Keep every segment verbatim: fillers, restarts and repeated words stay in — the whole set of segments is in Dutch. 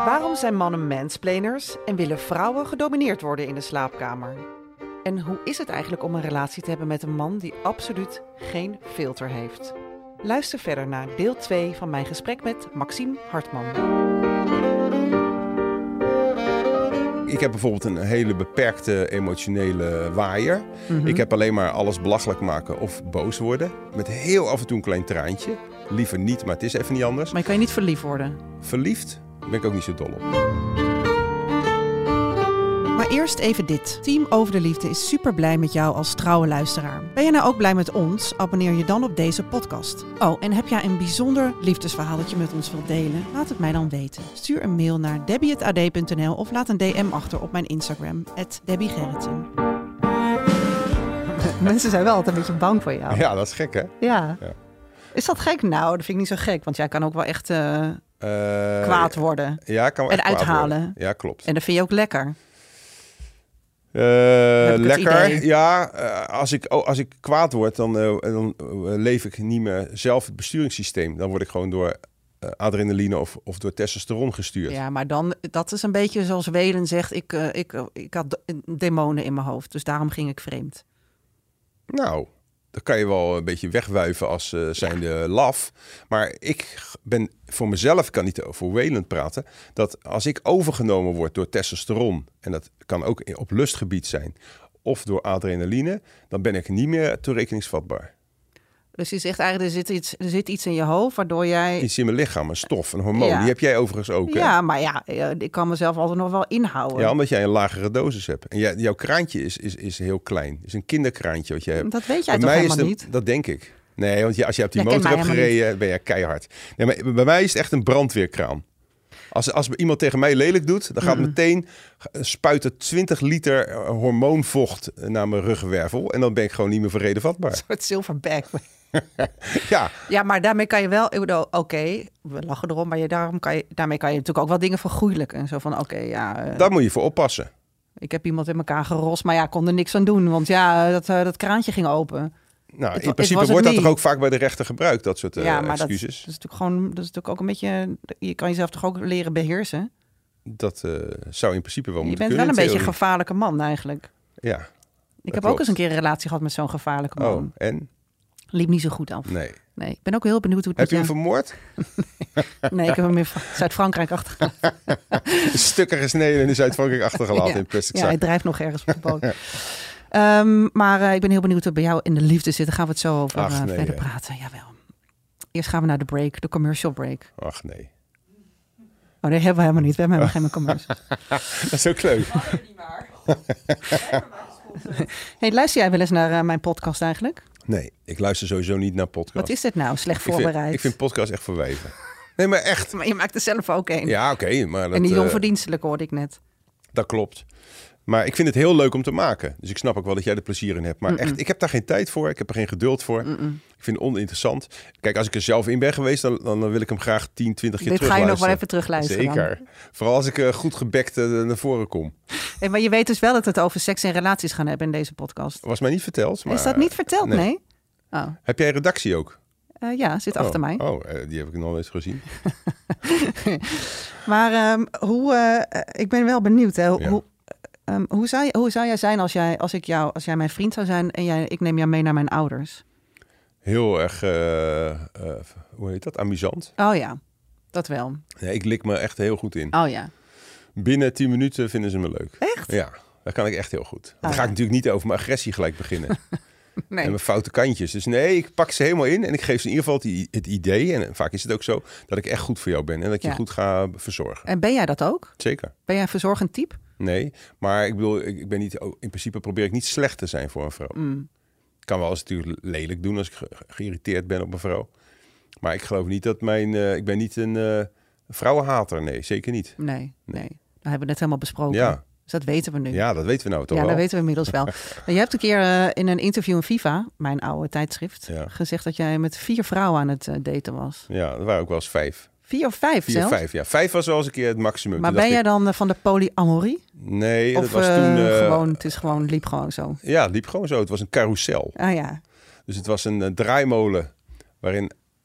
Waarom zijn mannen mansplainers en willen vrouwen gedomineerd worden in de slaapkamer? En hoe is het eigenlijk om een relatie te hebben met een man die absoluut geen filter heeft? Luister verder naar deel twee van mijn gesprek met Maxime Hartman. Ik heb bijvoorbeeld een hele beperkte emotionele waaier. Mm-hmm. Ik heb alleen maar alles belachelijk maken of boos worden. Met heel af en toe een klein traantje. Liever niet, maar het is even niet anders. Maar je kan je niet verliefd worden? Verliefd ben ik ook niet zo dol op. Maar eerst even dit. Team Over de Liefde is super blij met jou als trouwe luisteraar. Ben je nou ook blij met ons? Abonneer je dan op deze podcast. Oh, en heb jij een bijzonder liefdesverhaal dat je met ons wilt delen? Laat het mij dan weten. Stuur een mail naar debbie at a d punt n l of laat een D M achter op mijn Instagram, at debbie gerritsen. Mensen zijn wel altijd een beetje bang voor jou. Ja, dat is gek, hè? Ja. Ja. Is dat gek? Nou, dat vind ik niet zo gek. Want jij kan ook wel echt uh, Uh, kwaad worden. Ja, kan wel En echt kwaad uithalen. worden. Ja, klopt. En dat vind je ook lekker. Uh, Heb ik het lekker. idee. Ja, uh, als, ik, oh, als ik kwaad word, dan, uh, dan uh, leef ik niet meer zelf het besturingssysteem. Dan word ik gewoon door uh, adrenaline of, of door testosteron gestuurd. Ja, maar dan, dat is een beetje zoals Welen zegt. Ik, uh, ik, uh, ik had de- demonen in mijn hoofd, dus daarom ging ik vreemd. Nou, dat kan je wel een beetje wegwuiven als uh, zijnde laf. Maar ik ben voor mezelf, kan niet over Wayland praten, dat als ik overgenomen word door testosteron, en dat kan ook op lustgebied zijn, of door adrenaline, dan ben ik niet meer toerekeningsvatbaar. Dus je zegt eigenlijk, er zit iets, er zit iets in je hoofd waardoor jij... Iets in mijn lichaam, een stof, een hormoon. Ja. Die heb jij overigens ook, hè? Ja, maar ja, eh, ik kan mezelf altijd nog wel inhouden. Ja, omdat jij een lagere dosis hebt. En jij, jouw kraantje is, is, is heel klein. Het is een kinderkraantje wat je hebt. Dat weet jij Bij toch mij is helemaal het- niet? Dat denk ik. Nee, want je, als je op die Jij kent motor mij hebt helemaal gereden, ben je keihard. Nee, maar bij mij is het echt een brandweerkraan. Als, als iemand tegen mij lelijk doet, dan gaat Mm-mm. meteen spuiten twintig liter hormoonvocht naar mijn ruggenwervel. En dan ben ik gewoon niet meer voor reden vatbaar. Een soort silverback. Ja, Ja, maar daarmee kan je wel... ik bedoel, Oké, we lachen erom, maar je, daarom kan je, daarmee kan je natuurlijk ook wel dingen vergoeilijken. Zo van, oké, ja... eh, daar moet je voor oppassen. ik heb iemand in elkaar gerost, maar ja, ik kon er niks aan doen. Want ja, dat, uh, dat kraantje ging open. Nou, Het- in het principe was het wordt dat niet. toch ook vaak bij de rechter gebruikt, dat soort uh, ja, maar dat, dat excuses. is natuurlijk gewoon... Dat is natuurlijk ook een beetje... Je kan jezelf toch ook leren beheersen? Dat uh, zou in principe wel Je moeten bent wel kunnen. een in beetje een theorie. gevaarlijke man eigenlijk. Ja. Ik Dat heb ook klopt. eens een keer een relatie gehad met zo'n gevaarlijke man. Oh, en? Liep niet zo goed af. Nee. Nee, ik ben ook heel benieuwd hoe het Heb je met hem jou- vermoord? Nee, ik heb hem in Fra- Zuid-Frankrijk achtergelaten. Stukken gesneden en in Zuid-Frankrijk achtergelaten Ja. in plastic Ja, zak. hij drijft nog ergens op de boot. um, maar uh, ik ben heel benieuwd wat bij jou in de liefde zit. Daar gaan we het zo over Ach, uh, nee, verder ja. praten. Jawel. Eerst gaan we naar de break, de commercial break. Ach nee. Oh, nee, hebben we helemaal niet. We hebben helemaal geen commercial. Dat is ook leuk. Hey, luister jij wel eens naar uh, mijn podcast eigenlijk? Nee, ik luister sowieso niet naar podcasts. Wat is dit nou? Slecht ik vind, voorbereid. ik vind podcast echt voor wijven. Nee, maar echt. Maar je maakt er zelf ook een. Ja, oké. Okay, maar dat, en die uh, onverdienstelijk hoorde ik net. dat klopt. Maar ik vind het heel leuk om te maken. Dus ik snap ook wel dat jij er plezier in hebt. Maar Mm-mm. echt, ik heb daar geen tijd voor. Ik heb er geen geduld voor. Mm-mm. Ik vind het oninteressant. Kijk, als ik er zelf in ben geweest, dan, dan wil ik hem graag tien, twintig keer Dit ga je nog wel even terugluisteren. Zeker. Vooral als ik uh, goed gebekt uh, naar voren kom. Hey, maar je weet dus wel dat we het over seks en relaties gaan hebben in deze podcast. Was mij niet verteld. Maar, Is dat niet verteld? nee. Nee. Oh. Heb jij redactie ook? Uh, ja, zit achter oh. mij. Oh, uh, die heb ik nog nooit gezien. Maar um, hoe, uh, ik ben wel benieuwd. Hè? Ja. Hoe, um, hoe, zou, hoe zou jij zijn als, jij, als, ik jou, als jij mijn vriend zou zijn en jij, ik neem jou mee naar mijn ouders? Heel erg, uh, uh, hoe heet dat, amusant. Oh ja, dat wel. Ja, ik lik me echt heel goed in. Oh ja. Binnen tien minuten vinden ze me leuk. Echt? Ja, dat kan ik echt heel goed. Dan Oh, ga ik ja. natuurlijk niet over mijn agressie gelijk beginnen. Nee. En mijn foute kantjes. Dus nee, ik pak ze helemaal in en ik geef ze in ieder geval het, het idee, en vaak is het ook zo, dat ik echt goed voor jou ben en dat ik je Ja. goed ga verzorgen. En ben jij dat ook? Zeker. Ben jij een verzorgend type? Nee, maar ik bedoel, ik ik ben niet, in principe probeer ik niet slecht te zijn voor een vrouw. Mm. Ik kan wel eens natuurlijk lelijk doen als ik ge- geïrriteerd ben op een vrouw. Maar ik geloof niet dat mijn, uh, ik ben niet een uh, vrouwenhater. Nee, zeker niet. Nee, nee. Dat hebben we net helemaal besproken. Ja. Dus dat weten we nu. Ja, dat weten we nou toch ja, wel. dat weten we inmiddels wel. Maar je hebt een keer uh, in een interview in Viva, mijn oude tijdschrift, Ja. gezegd dat jij met vier vrouwen aan het uh, daten was. Ja, er waren ook wel eens vijf. Vier of vijf Vier, zelfs? vijf, ja. Vijf was wel eens een keer het maximum. Maar Toen ben dacht jij ik, dan uh, van de polyamorie? Nee, Of dat was uh, toen... Uh, gewoon, het is gewoon, liep gewoon zo? Ja, het liep gewoon zo. Het was een carousel. Ah ja. Dus het was een uh, draaimolen waarin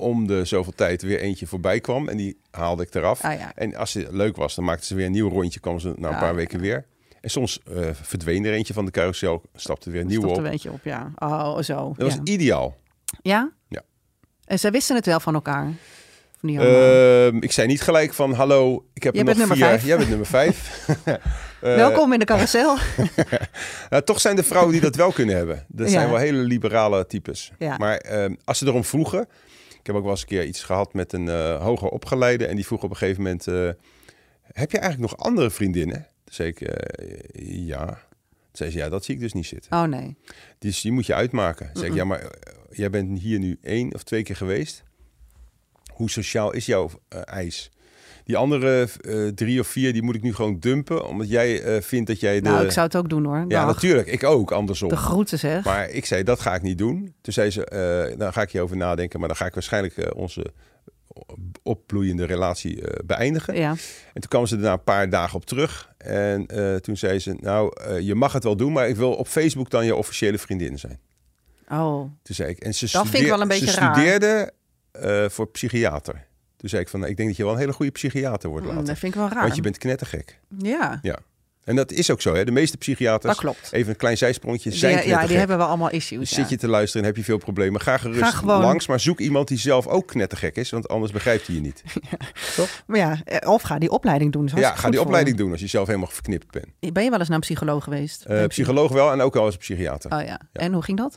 om de zoveel tijd weer eentje voorbij kwam. En die haalde ik eraf. Ah, ja. En als het leuk was, dan maakten ze weer een nieuw rondje. Kwam ze na een Ah, paar ja. weken weer. En soms uh, verdween er eentje van de carousel. Stapte weer een nieuwe op. Stapte een beetje op, ja. Oh, zo. Dat was ja. ideaal. Ja? Ja. En zij wisten het wel van elkaar? Of niet allemaal? Uh, ik zei niet gelijk van, hallo, ik heb Jij er nog bent nummer vier. vijf. Jij bent nummer vijf. uh, Welkom in de carousel. nou, toch zijn er vrouwen die dat wel kunnen hebben. Dat Ja. zijn wel hele liberale types. Ja. Maar uh, als ze erom vroegen... Ik heb ook wel eens een keer iets gehad met een uh, hoger opgeleide. En die vroeg op een gegeven moment... Uh, heb je eigenlijk nog andere vriendinnen? Toen zei ik, uh, ja. Toen zei ze, ja, dat zie ik dus niet zitten. Oh nee. Dus die moet je uitmaken. Toen zei ik, ja, maar uh, jij bent hier nu één of twee keer geweest. Hoe sociaal is jouw uh, eis? Die andere uh, drie of vier, die moet ik nu gewoon dumpen. Omdat jij uh, vindt dat jij de... Nou, ik zou het ook doen hoor. Ja, Dag. natuurlijk. Ik ook, andersom. De groeten zeg. Maar ik zei, dat ga ik niet doen. Toen zei ze, uh, daar ga ik hierover nadenken. Maar dan ga ik waarschijnlijk uh, onze opbloeiende relatie uh, beëindigen. Ja. En toen kwam ze er na een paar dagen op terug. En uh, toen zei ze, nou, uh, je mag het wel doen. Maar ik wil op Facebook dan je officiële vriendin zijn. Oh. Toen zei ik, en ze, Dat studeer, vind ik wel een beetje ze raar. studeerde uh, voor psychiater. Toen zei ik van, nou, ik denk dat je wel een hele goede psychiater wordt later. Mm, dat vind ik wel raar. Want je bent knettergek. Ja. Ja. En dat is ook zo, hè? De meeste psychiaters, Dat klopt. even een klein zijsprongje, Die, zijn ja, knettergek. die hebben wel allemaal issues. Dus ja. zit je te luisteren en heb je veel problemen, ga gerust Ga gewoon- langs. Maar zoek iemand die zelf ook knettergek is, want anders begrijpt hij je niet. Maar ja, eh, of ga die opleiding doen. Dat is Ja, hartstikke ga die goed opleiding doen als je zelf helemaal verknipt bent. voor. Ben je wel eens naar een psycholoog geweest? Uh, psycholoog wel en ook wel eens psychiater. Oh ja. En hoe ging dat?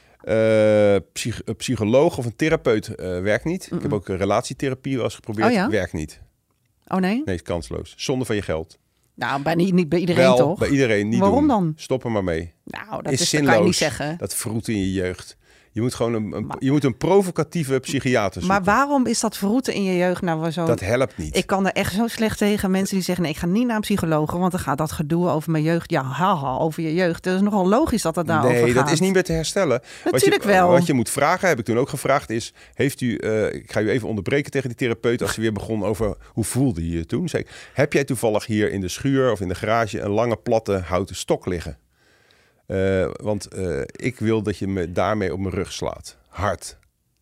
Uh, psych- een psycholoog of een therapeut uh, werkt niet. Mm-mm. Ik heb ook uh, relatietherapie wel eens geprobeerd. Oh ja? Werkt niet. Oh nee? Nee, kansloos. Zonde van je geld. Nou, bij, niet, niet bij iedereen wel, toch? bij iedereen. Niet Waarom doen. dan? Stop er maar mee. Nou, dat, is is, dat zinloos. kan je niet zeggen. Dat vroet in je jeugd. Je moet gewoon een, een, Maar- je moet een provocatieve psychiater zoeken. Maar waarom is dat vroeten in je jeugd nou zo... Dat helpt niet. Ik kan er echt zo slecht tegen mensen die zeggen... nee, ik ga niet naar een psycholoog, want dan gaat dat gedoe over mijn jeugd. Ja, haha, over je jeugd. Het is nogal logisch dat het daarover gaat. Nee, dat is niet meer te herstellen. Natuurlijk wat je, wel. Wat je moet vragen, heb ik toen ook gevraagd, is... Heeft u, uh, ik ga u even onderbreken tegen die therapeut... als ze weer begon over hoe voelde je je toen. Zei ik, heb jij toevallig hier in de schuur of in de garage... een lange, platte houten stok liggen? Uh, want uh, ik wil dat je me daarmee op mijn rug slaat. Hard.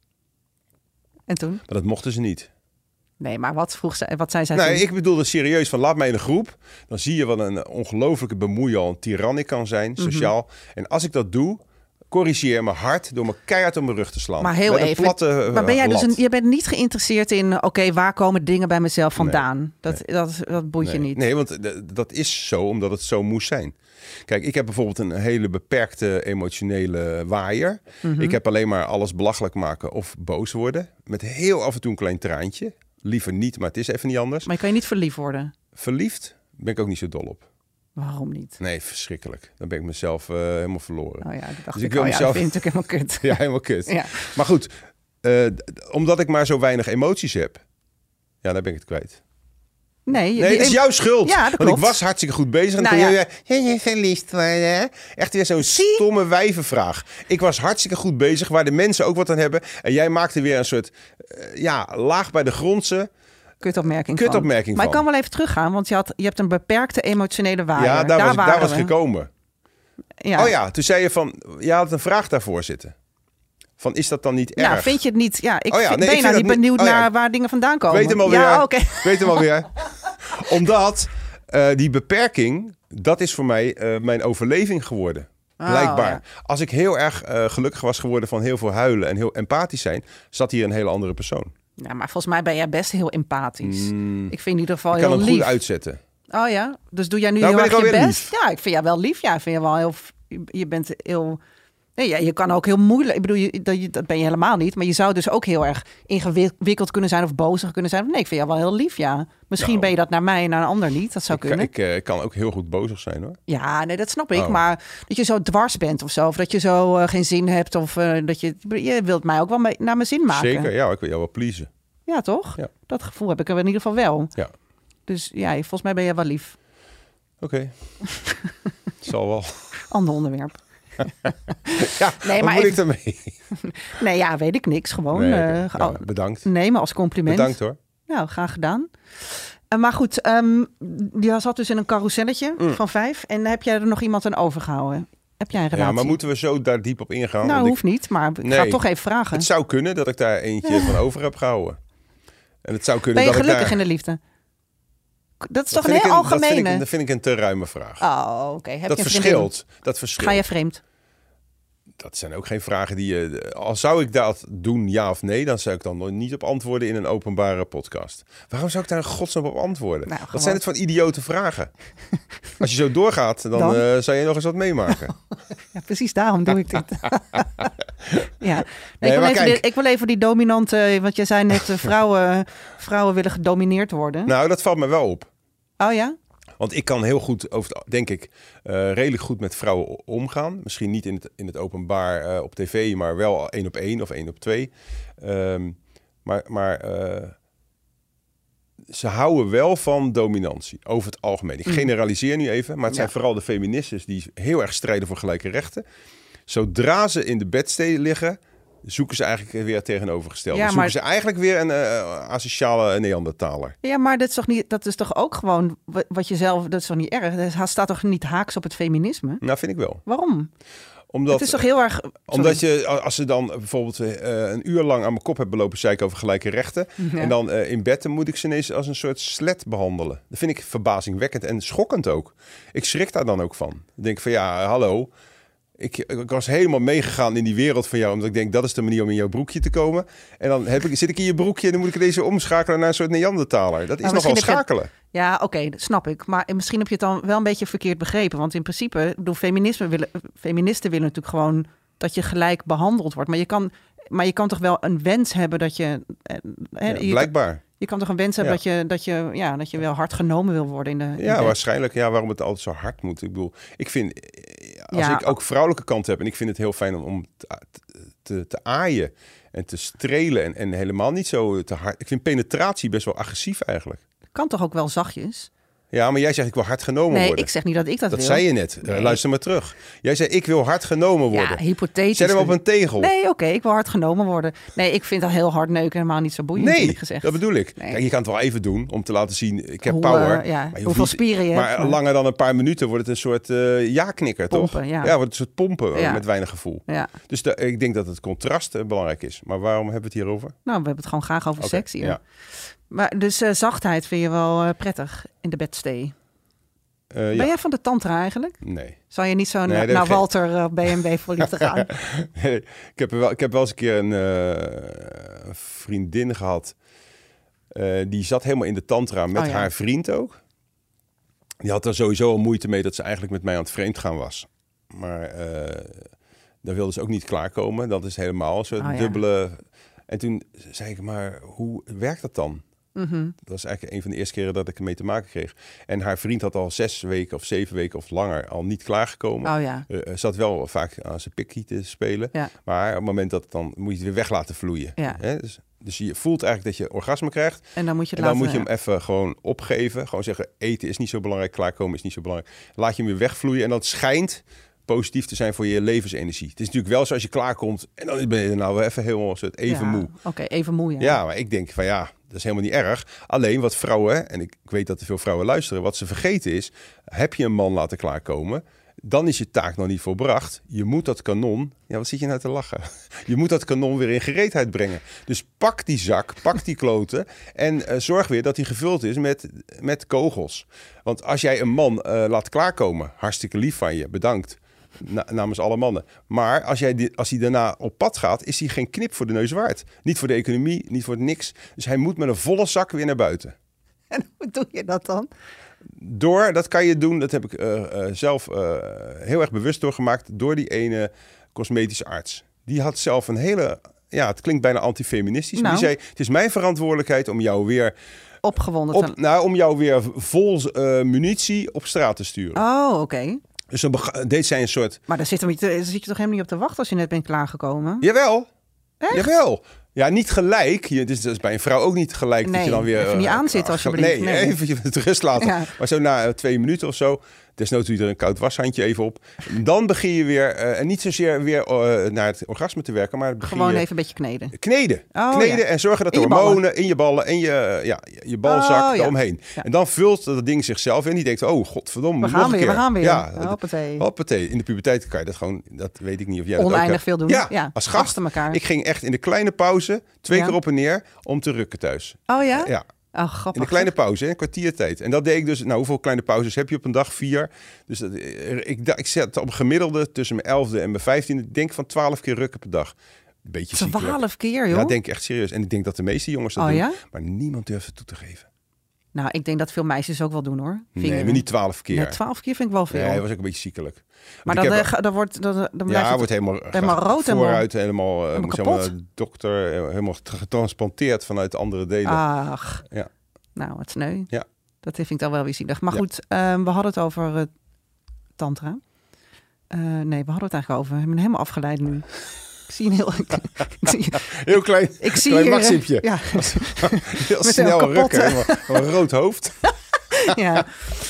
En toen? Maar dat mochten ze niet. Nee, maar wat, vroeg ze, wat zei zij Nee, toen? ik bedoelde serieus van laat mij in een groep. Dan zie je wat een ongelofelijke bemoeial, een tiran ik kan zijn, sociaal. Mm-hmm. En als ik dat doe, corrigeer me hard door me keihard op mijn rug te slaan. Maar heel Met een even. Platte, maar ben jij lat. dus een, je bent niet geïnteresseerd in... oké, okay, waar komen dingen bij mezelf vandaan? Nee, dat, nee. dat, dat boeit nee. je niet. Nee, want d- dat is zo omdat het zo moest zijn. Kijk, ik heb bijvoorbeeld een hele beperkte emotionele waaier. Mm-hmm. Ik heb alleen maar alles belachelijk maken of boos worden. Met heel af en toe een klein traantje. Liever niet, maar het is even niet anders. Maar je kan je niet verliefd worden? Verliefd ben ik ook niet zo dol op. Waarom niet? Nee, verschrikkelijk. Dan ben ik mezelf uh, helemaal verloren. Oh ja, dat dacht dus ik, ik wil oh ja, mezelf... dat vind ik natuurlijk helemaal kut. Ja, helemaal kut. Ja. Maar goed, uh, d- omdat ik maar zo weinig emoties heb, ja, dan ben ik het kwijt. Nee, Nee, het is jouw schuld. Ja, dat Want klopt. ik was hartstikke goed bezig. En Nou, toen ja. je, je, je verliefd worden. Echt weer zo'n stomme wijvenvraag. Ik was hartstikke goed bezig, waar de mensen ook wat aan hebben. En jij maakte weer een soort, uh, ja, laag bij de grondse... Kutopmerking, Kutopmerking van. Maar van. ik kan wel even teruggaan, want je, had, je hebt een beperkte emotionele waaier. Ja, daar, daar was, ik, daar was we. gekomen. Ja. Oh ja, toen zei je van, je had een vraag daarvoor zitten. Van, is dat dan niet erg? Nou, vind je het niet... Ja, ik Oh ja, vind, nee, ben ik je nou vind niet dat niet- benieuwd oh ja. naar waar dingen vandaan komen? Weet hem alweer. Ja, oké. Ik weet hem alweer. Omdat uh, die beperking, dat is voor mij uh, mijn overleving geworden. Oh, Blijkbaar. ja. Als ik heel erg uh, gelukkig was geworden van heel veel huilen en heel empathisch zijn, zat hier een hele andere persoon. Ja, maar volgens mij ben jij best heel empathisch. Mm, Ik vind in ieder geval ik kan heel hem lief. goed uitzetten. Oh ja? Dus doe jij nu Nou, heel ben erg ik je alweer best? lief. Ja, ik vind jou wel lief. Ja, ik vind je wel heel... Je bent heel... Nee, ja, je kan ook heel moeilijk... Ik bedoel, je, dat, je, dat ben je helemaal niet. Maar je zou dus ook heel erg ingewikkeld kunnen zijn of bozig kunnen zijn. Nee, ik vind jou wel heel lief, ja. Misschien Nou, ben je dat naar mij en naar een ander niet. Dat zou Ik, kunnen. ik uh, kan ook heel goed bozig zijn hoor. Ja, nee, dat snap ik. Oh. Maar dat je zo dwars bent of zo. Of dat je zo uh, geen zin hebt. Of uh, dat je... Je wilt mij ook wel mee, naar mijn zin maken. Zeker, ja, ik wil jou wel pleasen. Ja, toch? Ja. Dat gevoel heb ik er in ieder geval wel. Ja. Dus ja, volgens mij ben jij wel lief. Oké. Okay. Zal wel. Ander onderwerp. Ja, nee, wat maar moet ik... ik daarmee? Nee, ja, weet ik niks. Gewoon. Nee, okay. uh, nou, bedankt. Nee, maar als compliment. Bedankt hoor. Nou, graag gedaan. Uh, maar goed, um, je zat dus in een carouselletje mm. van vijf. En heb jij er nog iemand aan overgehouden? Heb jij een relatie? Ja, maar moeten we zo daar diep op ingaan? Nou, Want hoeft ik... niet, maar ik nee, ga toch even vragen. Het zou kunnen dat ik daar eentje van over heb gehouden. En het zou kunnen ben je dat gelukkig ik daar... in de liefde? Dat is Dat toch een heel een, algemene... Dat vind, ik, dat vind ik een te ruime vraag. Oh, oké. Okay. Dat verschilt. Dat verschilt. Ga je vreemd? Dat zijn ook geen vragen die je... Al zou ik dat doen, ja of nee, dan zou ik dan nog niet op antwoorden in een openbare podcast. Waarom zou ik daar in godsnaam op antwoorden? Nou, Wat zijn het van idiote vragen? Als je zo doorgaat, dan, dan? Uh, zou je nog eens wat meemaken. Ja, precies daarom doe ik dit. ja. Nee, Nee, ik, wil even kijk, die, ik wil even die dominante... Want jij zei net, uh, vrouwen, vrouwen willen gedomineerd worden. Nou, dat valt me wel op. Oh ja? Want ik kan heel goed, over het, denk ik, uh, redelijk goed met vrouwen omgaan. Misschien niet in het, in het openbaar uh, op tv, maar wel één op één of één op twee. Um, maar maar uh, ze houden wel van dominantie, over het algemeen. Ik generaliseer nu even, maar het zijn ja. vooral de feministes die heel erg strijden voor gelijke rechten. Zodra ze in de bedstee liggen, zoeken ze eigenlijk weer tegenovergestelde. Ja, zoeken maar... ze eigenlijk weer een uh, asociale Neandertaler. Ja, maar dat is toch niet, dat is toch ook gewoon wat je zelf, dat is toch niet erg? Dat staat toch niet haaks op het feminisme? Nou, vind ik wel. Waarom? Omdat, het is toch heel erg... Sorry. Omdat je, als ze dan bijvoorbeeld uh, een uur lang aan mijn kop hebben belopen zeiken over gelijke rechten. Ja. En dan uh, in bed, dan moet ik ze ineens als een soort slet behandelen. Dat vind ik verbazingwekkend en schokkend ook. Ik schrik daar dan ook van. Ik denk van ja, hallo... Ik, ik was helemaal meegegaan in die wereld van jou. Omdat ik denk, dat is de manier om in jouw broekje te komen. En dan heb ik, zit ik in je broekje en dan moet ik deze omschakelen naar een soort Neandertaler. Dat is nou, nogal schakelen. Je, ja, oké, okay, dat snap ik. Maar misschien heb je het dan wel een beetje verkeerd begrepen. Want in principe, bedoel, feminisme willen, feministen willen natuurlijk gewoon dat je gelijk behandeld wordt. Maar je kan, maar je kan toch wel een wens hebben dat je... Hè, ja, blijkbaar. Je, Je kan toch een wens hebben ja. dat, je, dat, je, ja, dat je wel hard genomen wil worden in de... In ja, de... waarschijnlijk. Ja, waarom het altijd zo hard moet. Ik bedoel, ik vind... Als ja. ik ook vrouwelijke kant heb... en ik vind het heel fijn om, om te, te, te aaien en te strelen... En, en helemaal niet zo te hard... Ik vind penetratie best wel agressief eigenlijk. Kan toch ook wel zachtjes? Ja, maar jij zegt ik wil hard genomen nee, worden. Nee, ik zeg niet dat ik dat, dat wil. Dat zei je net. Nee. Uh, luister maar terug. Jij zei ik wil hard genomen worden. Ja, hypothetisch. Zet hem op een tegel. Nee, oké, okay, ik wil hard genomen worden. Nee, ik vind dat heel hard neuken helemaal niet zo boeiend. Nee, gezegd. dat bedoel ik. Nee. Kijk, je kan het wel even doen om te laten zien, ik heb Hoe, power. Uh, ja, maar hoeveel niet, spieren je maar hebt. Maar langer dan een paar minuten wordt het een soort uh, ja-knikker, pompen, toch? Ja. ja, wordt een soort pompen ja. met weinig gevoel. Ja. Dus de, ik denk dat het contrast uh, belangrijk is. Maar waarom hebben we het hierover? Nou, we hebben het gewoon graag over okay, seks hier. Ja. Maar dus uh, zachtheid vind je wel uh, prettig in de bedstee? Uh, ben ja. jij van de tantra eigenlijk? Nee. Zou je niet zo nee, naar geen... Walter uh, B en B voor liefde gaan? nee, ik, heb wel, ik heb wel eens een keer een uh, vriendin gehad. Uh, die zat helemaal in de tantra met oh, ja. haar vriend ook. Die had er sowieso al moeite mee dat ze eigenlijk met mij aan het vreemd gaan was. Maar uh, daar wilde ze ook niet klaarkomen. Dat is helemaal zo'n oh, dubbele... Ja. En toen zei ik, maar hoe werkt dat dan? Mm-hmm. Dat was eigenlijk een van de eerste keren dat ik ermee te maken kreeg. En haar vriend had al zes weken of zeven weken of langer al niet klaargekomen. Oh, ja. uh, zat wel vaak aan zijn pikkie te spelen. Ja. Maar op het moment dat het dan moet je het weer weg laten vloeien. Ja. Hè? Dus, dus je voelt eigenlijk dat je orgasme krijgt. En dan moet je, en dan dan laten, moet je hem ja. even gewoon opgeven. Gewoon zeggen, eten is niet zo belangrijk, klaarkomen is niet zo belangrijk. Laat je hem weer wegvloeien en dat schijnt positief te zijn voor je levensenergie. Het is natuurlijk wel zo als je klaarkomt en dan ben je nou wel even helemaal soort even ja, moe. Oké, okay, even moe, ja. Ja, maar ik denk van ja, dat is helemaal niet erg. Alleen wat vrouwen, en ik, ik weet dat er veel vrouwen luisteren, wat ze vergeten is, heb je een man laten klaarkomen, dan is je taak nog niet volbracht. Je moet dat kanon, ja wat zit je nou te lachen? Je moet dat kanon weer in gereedheid brengen. Dus pak die zak, pak die kloten en uh, zorg weer dat die gevuld is met, met kogels. Want als jij een man uh, laat klaarkomen, hartstikke lief van je, bedankt. Na, namens alle mannen. Maar als, jij die, als hij daarna op pad gaat, is hij geen knip voor de neus waard. Niet voor de economie, niet voor niks. Dus hij moet met een volle zak weer naar buiten. En hoe doe je dat dan? Door, dat kan je doen, dat heb ik uh, uh, zelf uh, heel erg bewust doorgemaakt, door die ene cosmetische arts. Die had zelf een hele, ja, het klinkt bijna antifeministisch. Nou. Die zei, het is mijn verantwoordelijkheid om jou weer... Opgewonden op, te... Nou, om jou weer vol uh, munitie op straat te sturen. Oh, oké. Okay. Dus dan bega- deed zij een soort... Maar daar zit, er, daar zit je toch helemaal niet op te wachten als je net bent klaargekomen? Jawel. Echt? Jawel. Ja, niet gelijk. Je, dus dat is bij een vrouw ook niet gelijk nee, dat je dan weer... even niet uh, aanzitten alsjeblieft. Nee, nee, even het rust laten. Ja. Maar zo na uh, twee minuten of zo, Desnoods doe je er een koud washandje even op. Dan begin je weer, uh, en niet zozeer weer uh, naar het orgasme te werken, maar begin Gewoon je even een beetje kneden. Kneden. Oh, kneden ja. en zorgen dat de in hormonen in je ballen en je, ja, je balzak oh, ja. eromheen. Ja. En dan vult dat ding zichzelf in. Die denkt, oh godverdomme, we gaan nog weer, een keer. we gaan weer. Ja, hoppatee. hoppatee. In de puberteit kan je dat gewoon, dat weet ik niet of jij dat Oneindig ook veel doen. Ja, ja, als gast. achter elkaar. Ik ging echt in de kleine pauze twee ja. keer op en neer om te rukken thuis. Oh ja? Ja. Oh, grappig. In de kleine pauze, hè, een kwartiertijd. En dat deed ik dus. Nou, hoeveel kleine pauzes heb je op een dag? Vier. Dus dat, ik, ik zet op een gemiddelde tussen mijn elfde en mijn vijftiende. Ik denk van twaalf keer rukken per dag. Een beetje ziekelijk. Twaalf keer, joh? Ja, denk ik echt serieus. En ik denk dat de meeste jongens dat oh, doen. Ja? Maar niemand durft het toe te geven. Nou, ik denk dat veel meisjes ook wel doen, hoor. Vingeren. Nee, maar niet twaalf keer. Nee, twaalf keer vind ik wel veel. Nee, dat was ook een beetje ziekelijk. Maar dan, dan, heb, dan wordt dan, dan blijft ja, het wordt helemaal, helemaal rood. Vooruit helemaal, helemaal helemaal kapot. Helemaal, dokter helemaal getransplanteerd vanuit andere delen. Ach. Ja. Nou, wat sneu. Ja. Dat vind ik dan wel weer zielig. Maar ja. goed, um, we hadden het over uh, tantra. Uh, nee, we hadden het eigenlijk over. We hebben hem helemaal afgeleid nu. Ik zie een heel... ik zie, heel klein, ik zie klein hier, Maxipje. Ja. Heel snel rukken. Helemaal, een rood hoofd. ja.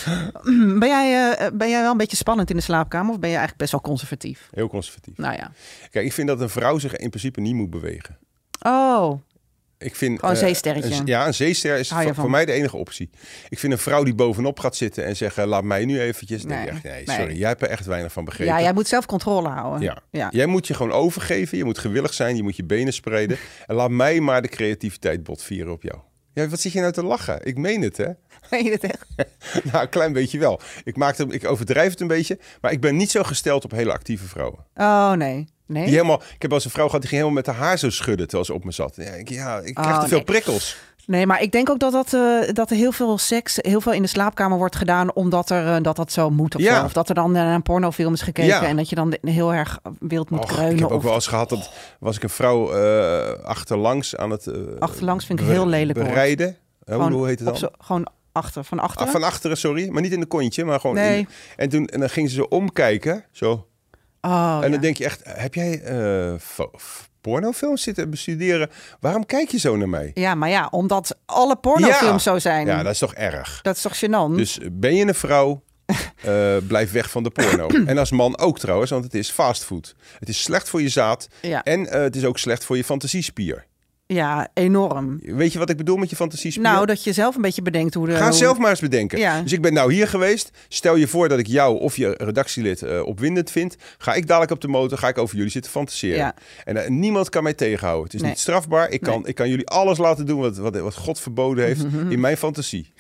Ben jij, uh, ben jij wel een beetje spannend in de slaapkamer? Of ben je eigenlijk best wel conservatief? Heel conservatief. Nou ja. Kijk, ik vind dat een vrouw zich in principe niet moet bewegen. Oh. Ik vind, oh, een zeesterretje. Uh, een, ja, een zeester is voor, voor mij de enige optie. Ik vind een vrouw die bovenop gaat zitten en zeggen, laat mij nu eventjes. Nee, denk ik echt, nee, sorry, nee. Jij hebt er echt weinig van begrepen. Ja, jij moet zelf controle houden. Ja. ja. Jij moet je gewoon overgeven, je moet gewillig zijn, je moet je benen spreiden. En laat mij maar de creativiteit botvieren op jou. Ja, wat zit je nou te lachen? Ik meen het, hè? Meen je het echt? Nou, een klein beetje wel. Ik, maak het, ik overdrijf het een beetje, maar ik ben niet zo gesteld op hele actieve vrouwen. Oh, nee. Nee? Die helemaal, ik heb wel eens een vrouw gehad die ging helemaal met haar haar zo schudden terwijl ze op me zat. Ja, ik, ja, ik krijg oh, te veel nee. prikkels. Nee, maar ik denk ook dat, dat, uh, dat er heel veel seks, heel veel in de slaapkamer wordt gedaan omdat er, uh, dat, dat zo moet. Of, ja. of dat er dan naar een pornofilm is gekeken ja. en dat je dan heel erg wild moet Och, kreunen. Ik heb of... ook wel eens gehad dat was ik een vrouw uh, achterlangs aan het uh, achterlangs vind ik heel lelijk bereiden. Gewoon, hoe heet het dan? Zo, gewoon achter, van achteren? Ah, van achteren, sorry. Maar niet in de kontje, maar gewoon nee. in. En toen en dan ging ze zo omkijken, zo. Oh, en dan ja. denk je echt, heb jij uh, fo- pornofilms zitten bestuderen? Waarom kijk je zo naar mij? Ja, maar ja, omdat alle pornofilms ja. zo zijn. Ja, dat is toch erg. Dat is toch gênant? Dus ben je een vrouw, uh, blijf weg van de porno. En als man ook trouwens, want het is fastfood. Het is slecht voor je zaad ja. en uh, het is ook slecht voor je fantasiespier. Ja, enorm. Weet je wat ik bedoel met je fantasiespier? Nou, dat je zelf een beetje bedenkt hoe de... Ga hoe... zelf maar eens bedenken. Ja. Dus ik ben nou hier geweest. Stel je voor dat ik jou of je redactielid uh, opwindend vind. Ga ik dadelijk op de motor, ga ik over jullie zitten fantaseren. Ja. En uh, niemand kan mij tegenhouden. Het is nee. niet strafbaar. Ik kan, nee. ik kan jullie alles laten doen wat, wat, wat God verboden heeft mm-hmm. in mijn fantasie.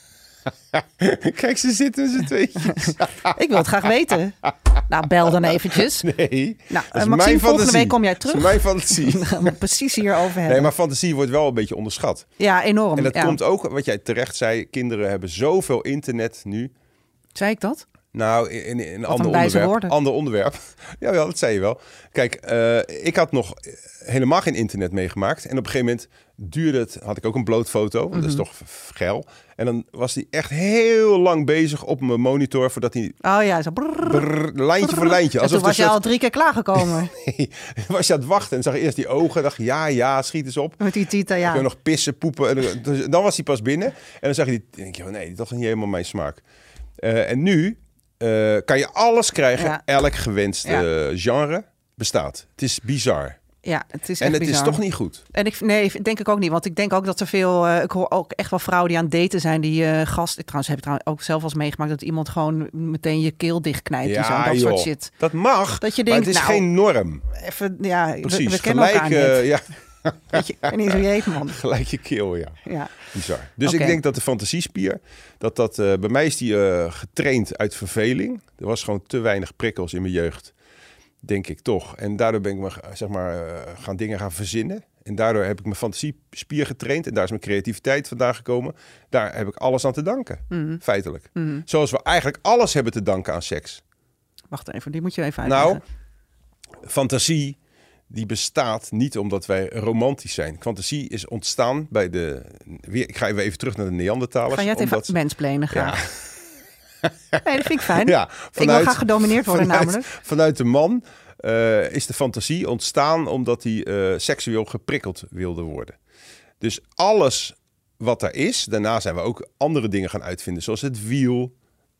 Kijk, ze zitten z'n tweetjes. Ik wil het graag weten. Nou, bel dan eventjes. Nee, nou, dat is Maxime, mijn volgende fantasie. week kom jij terug. Dat is mijn fantasie. Dan gaan we precies hierover hebben. Nee, maar fantasie wordt wel een beetje onderschat. Ja, enorm. En dat ja. komt ook, wat jij terecht zei, kinderen hebben zoveel internet nu. Zei ik dat? Nou, in, in een ander onderwerp. ander onderwerp. Ja, wel, dat zei je wel. Kijk, uh, ik had nog helemaal geen internet meegemaakt. En op een gegeven moment duurde het, had ik ook een blootfoto. Want mm-hmm. dat is toch geil. En dan was hij echt heel lang bezig op mijn monitor voordat hij... Oh ja, zo... Brrr, brrr, lijntje brrr. voor lijntje. En toen was je soort... al drie keer klaargekomen. Nee, was je aan het wachten en zag eerst die ogen. Dacht ja, ja, schiet eens op. Met die tita, ja. Dan kun je nog pissen, poepen. En dan was hij pas binnen. En dan zag je die... denk je, oh nee, dat is niet helemaal mijn smaak. Uh, en nu... Uh, kan je alles krijgen, ja. elk gewenst ja. uh, genre bestaat. Het is bizar. Ja, het is echt En het bizar. is toch niet goed. En ik, nee, denk ik ook niet. Want ik denk ook dat er veel... Uh, ik hoor ook echt wel vrouwen die aan het daten zijn. Die uh, gast... Ik, trouwens heb ik trouwens ook zelf wel eens meegemaakt... dat iemand gewoon meteen je keel dichtknijpt. Ja, en zo, dat joh, soort shit. Dat mag, dat je denkt, maar het is nou, geen norm. Even, ja, precies. We, we kennen Gelijk, elkaar uh, niet. Ja. Weet je, ik weet niet hoe je heet, man. Gelijk je keel, ja. ja. Bizar. Dus okay. Ik denk dat de fantasiespier... dat dat uh, bij mij is die uh, getraind uit verveling. Er was gewoon te weinig prikkels in mijn jeugd. Denk ik toch. En daardoor ben ik me, zeg maar, uh, gaan dingen gaan verzinnen. En daardoor heb ik mijn fantasiespier getraind. En daar is mijn creativiteit vandaan gekomen. Daar heb ik alles aan te danken. Mm-hmm. Feitelijk. Mm-hmm. Zoals we eigenlijk alles hebben te danken aan seks. Wacht even, die moet je even uitleggen. Nou, fantasie... die bestaat niet omdat wij romantisch zijn. Fantasie is ontstaan bij de... Weer, ik ga even terug naar de Neandertalers. Ga jij het omdat... even mansplainen graag? Ja. Nee, dat vind ik fijn. Ja, vanuit, ik wil graag gedomineerd worden vanuit, namelijk. Vanuit de man uh, is de fantasie ontstaan... omdat hij uh, seksueel geprikkeld wilde worden. Dus alles wat er is... daarna zijn we ook andere dingen gaan uitvinden. Zoals het wiel,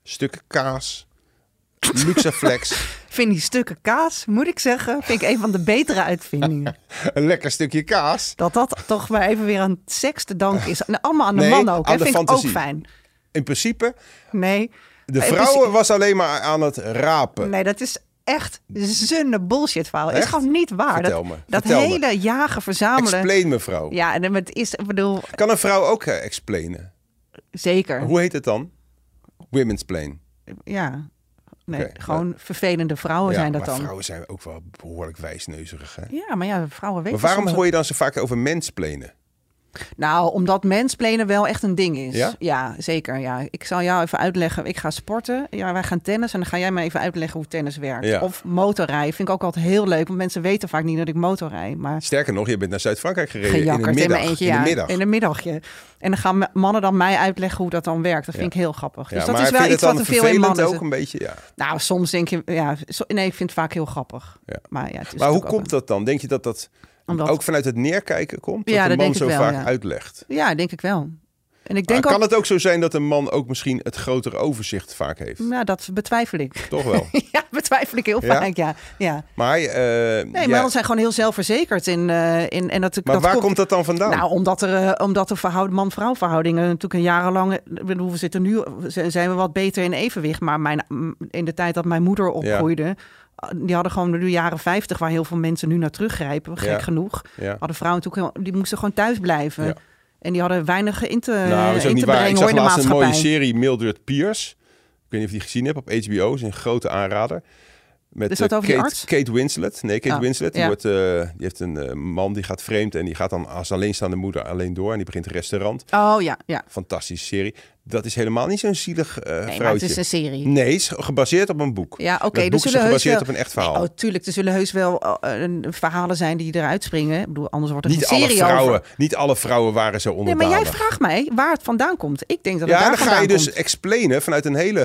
stukken kaas, Luxaflex. Vind die stukken kaas, moet ik zeggen, vind ik een van de betere uitvindingen. Een lekker stukje kaas. Dat dat toch maar even weer aan seks te danken is. En allemaal aan de Nee, man ook. aan Hè? de Vind fantasie. ik ook fijn. In principe, Nee. de In vrouw principe- was alleen maar aan het rapen. Nee, dat is echt zonne bullshit verhaal. Het is Echt? gewoon niet waar. Vertel dat me, dat vertel me. hele jagen, verzamelen. Explain, mevrouw. Ja, en het is, ik bedoel, Kan een vrouw ook uh, explainen? zeker. Hoe heet het dan? Women's plain. Ja. Nee, Oké, gewoon vervelende vrouwen Ja, zijn dat maar dan. vrouwen zijn ook wel behoorlijk wijsneuzig. Hè? Ja, maar ja, vrouwen weten Maar waarom soms hoor je dan zo vaak over mensplenen? Nou, omdat mansplainen wel echt een ding is. Ja? zeker. Ja. Ik zal jou even uitleggen. Ik ga sporten. Ja, wij gaan tennis. En dan ga jij me even uitleggen hoe tennis werkt. Ja. Of motorrijden. Vind ik ook altijd heel leuk. Want mensen weten vaak niet dat ik motorrijd. Maar Sterker nog, je bent naar Zuid-Frankrijk gereden in de gejakkerd in, middag. mijn eentje. in de Ja, middag. in een middagje. En dan gaan mannen dan mij uitleggen hoe dat dan werkt. Dat vind Ja. ik heel grappig. Ja, Dus dat maar is wel vind je iets het wat dan er veel in vervelend mannen ook zit. een beetje? Ja. Nou, soms denk je... Ja, zo, nee, ik vind het vaak heel grappig. Ja. Maar, ja, het is Maar hoe natuurlijk ook komt dat dan? Denk je dat dat Omdat- ook vanuit het neerkijken komt? Ja, dat de dat man denk ik zo wel, vaak ja. uitlegt? een- Ja, denk ik wel. En ik Maar denk kan ook... het ook zo zijn dat een man ook misschien het grotere overzicht vaak heeft? Nou, dat betwijfel ik. Toch wel. Ja, betwijfel ik heel Ja? vaak, ja. ja. Maar, eh, Nee, ja, mannen zijn gewoon heel zelfverzekerd. In, uh, in, en dat, maar dat waar komt dat dan vandaan? Nou, omdat er, uh, omdat de verhoud, man-vrouw verhoudingen natuurlijk een jarenlang... Ik bedoel, we zitten nu, zijn we wat beter in evenwicht. Maar mijn, in de tijd dat mijn moeder opgroeide... Ja. Die hadden gewoon de jaren vijftig, waar heel veel mensen nu naar teruggrijpen. Gek Ja. genoeg. Ja. Hadden vrouwen natuurlijk, heel- die moesten gewoon thuis blijven. Ja. En die hadden weinig in te, Nou, dat is ook in niet te waar. brengen Ik hoor, zag in de laatst een mooie maatschappij. serie, Mildred Pierce. Ik weet niet of je die gezien hebt op H B O. Is een grote aanrader. Met Is dat eh, over die Kate, arts? Kate Winslet. Nee, Kate Oh, Winslet. Die, ja. wordt, eh, die heeft een eh, man die gaat vreemd. En die gaat dan als alleenstaande moeder alleen door. En die begint een restaurant. Oh ja, ja. Fantastische serie. Dat is helemaal niet zo'n zielig uh, Nee, vrouwtje. maar het is een serie. Nee, het is gebaseerd op een boek. Ja, oké. Okay, er boek is zullen heus gebaseerd wel- op een echt verhaal. Nee, oh, tuurlijk, er zullen heus wel uh, verhalen zijn die eruit springen. Ik bedoel, anders wordt er niet, een alle serie vrouwen, over. niet alle vrouwen waren zo Nee, onderdanig. maar jij vraagt mij waar het vandaan komt. Ik denk dat het Ja, daar dan ga vandaan je dus komt. explainen vanuit een hele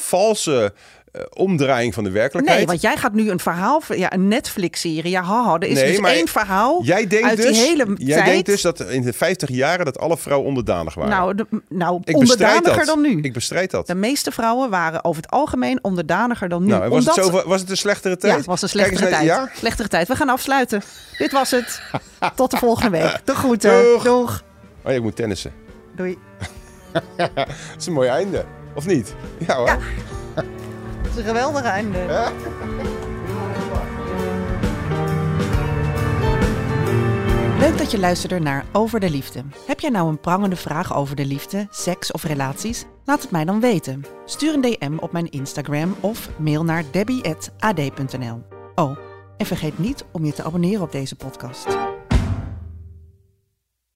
valse uh, omdraaiing van de werkelijkheid. Nee, want jij gaat nu een verhaal... Ja, een Netflix-serie. Ja, haha, er is Nee, dus maar één verhaal Jij denkt uit dus, die hele jij tijd. denkt dus dat in de vijftig jaren dat alle vrouwen onderdanig waren. Nou, de, nou ik bestrijd onderdaniger dat. dan nu. Ik bestrijd dat. De meeste vrouwen waren over het algemeen onderdaniger dan nu. Nou, en was, Omdat... het zo, was het een slechtere tijd? Ja, het was een Kijk eens slechtere naar- tijd. Ja? Slechtere tijd. We gaan afsluiten. Dit was het. Tot de volgende week. De groeten. Doeg. Doeg. Oh ja, ik moet tennissen. Doei. Dat is een mooi einde. Of niet? Ja hoor. Ja. Het is een geweldig einde. Hè? Leuk dat je luisterde naar Over de Liefde. Heb jij nou een prangende vraag over de liefde, seks of relaties? Laat het mij dan weten. Stuur een D M op mijn Instagram of mail naar debbie at a d punt n l. Oh, en vergeet niet om je te abonneren op deze podcast.